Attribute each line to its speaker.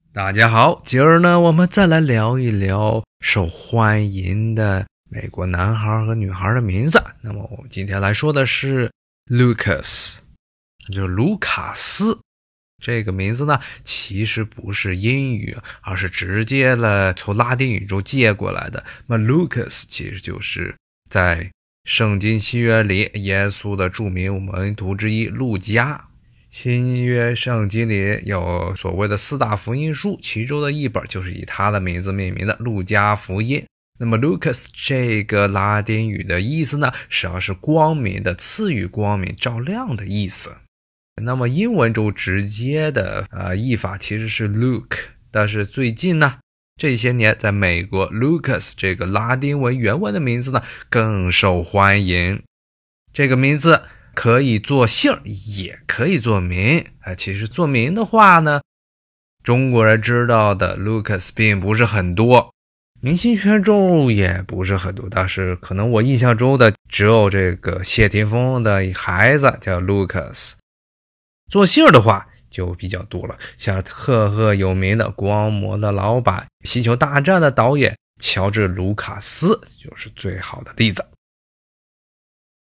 Speaker 1: 大家好，今儿呢，我们再来聊一聊受欢迎的美国男孩和女孩的名字。那么我们今天来说的是 Lucas， 就是卢卡斯。这个名字呢，其实不是英语，而是直接从拉丁语中借过来的。那么 Lucas 其实就是在圣经新约里耶稣的著名门徒之一路加。新约圣经里有所谓的4大福音书，其中的一本就是以他的名字命名的路加福音。那么 Lucas 这个拉丁语的意思呢，实际上是光明的，赐予光明，照亮的意思。那么英文中直接的译法其实是 Luke， 但是最近呢，这些年在美国 Lucas 这个拉丁文原文的名字呢更受欢迎。这个名字可以做姓也可以做名，其实做名的话呢，中国人知道的 Lucas 并不是很多，明星圈中也不是很多，但是可能我印象中的只有这个谢霆锋的孩子叫 Lucas。 做姓的话就比较多了，像赫赫有名的光魔的老板、星球大战的导演乔治·卢卡斯就是最好的例子。